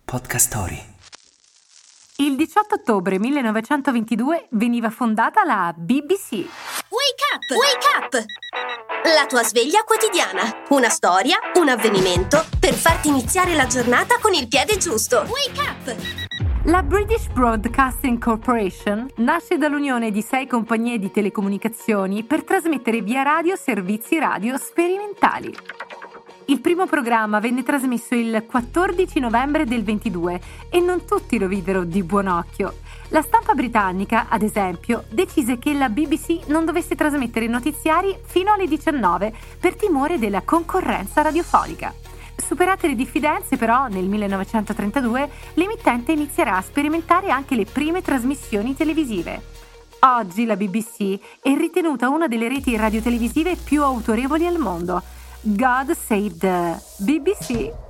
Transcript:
Podcast Story. Il 18 ottobre 1922 veniva fondata la BBC. Wake up! Wake up! La tua sveglia quotidiana. Una storia, un avvenimento per farti iniziare la giornata con il piede giusto. Wake up! La British Broadcasting Corporation nasce dall'unione di 6 compagnie di telecomunicazioni per trasmettere via radio servizi radio sperimentali. Il primo programma venne trasmesso il 14 novembre del 22 e non tutti lo videro di buon occhio. La stampa britannica, ad esempio, decise che la BBC non dovesse trasmettere notiziari fino alle 19 per timore della concorrenza radiofonica. Superate le diffidenze, però, nel 1932 l'emittente inizierà a sperimentare anche le prime trasmissioni televisive. Oggi la BBC è ritenuta una delle reti radiotelevisive più autorevoli al mondo. God save the BBC.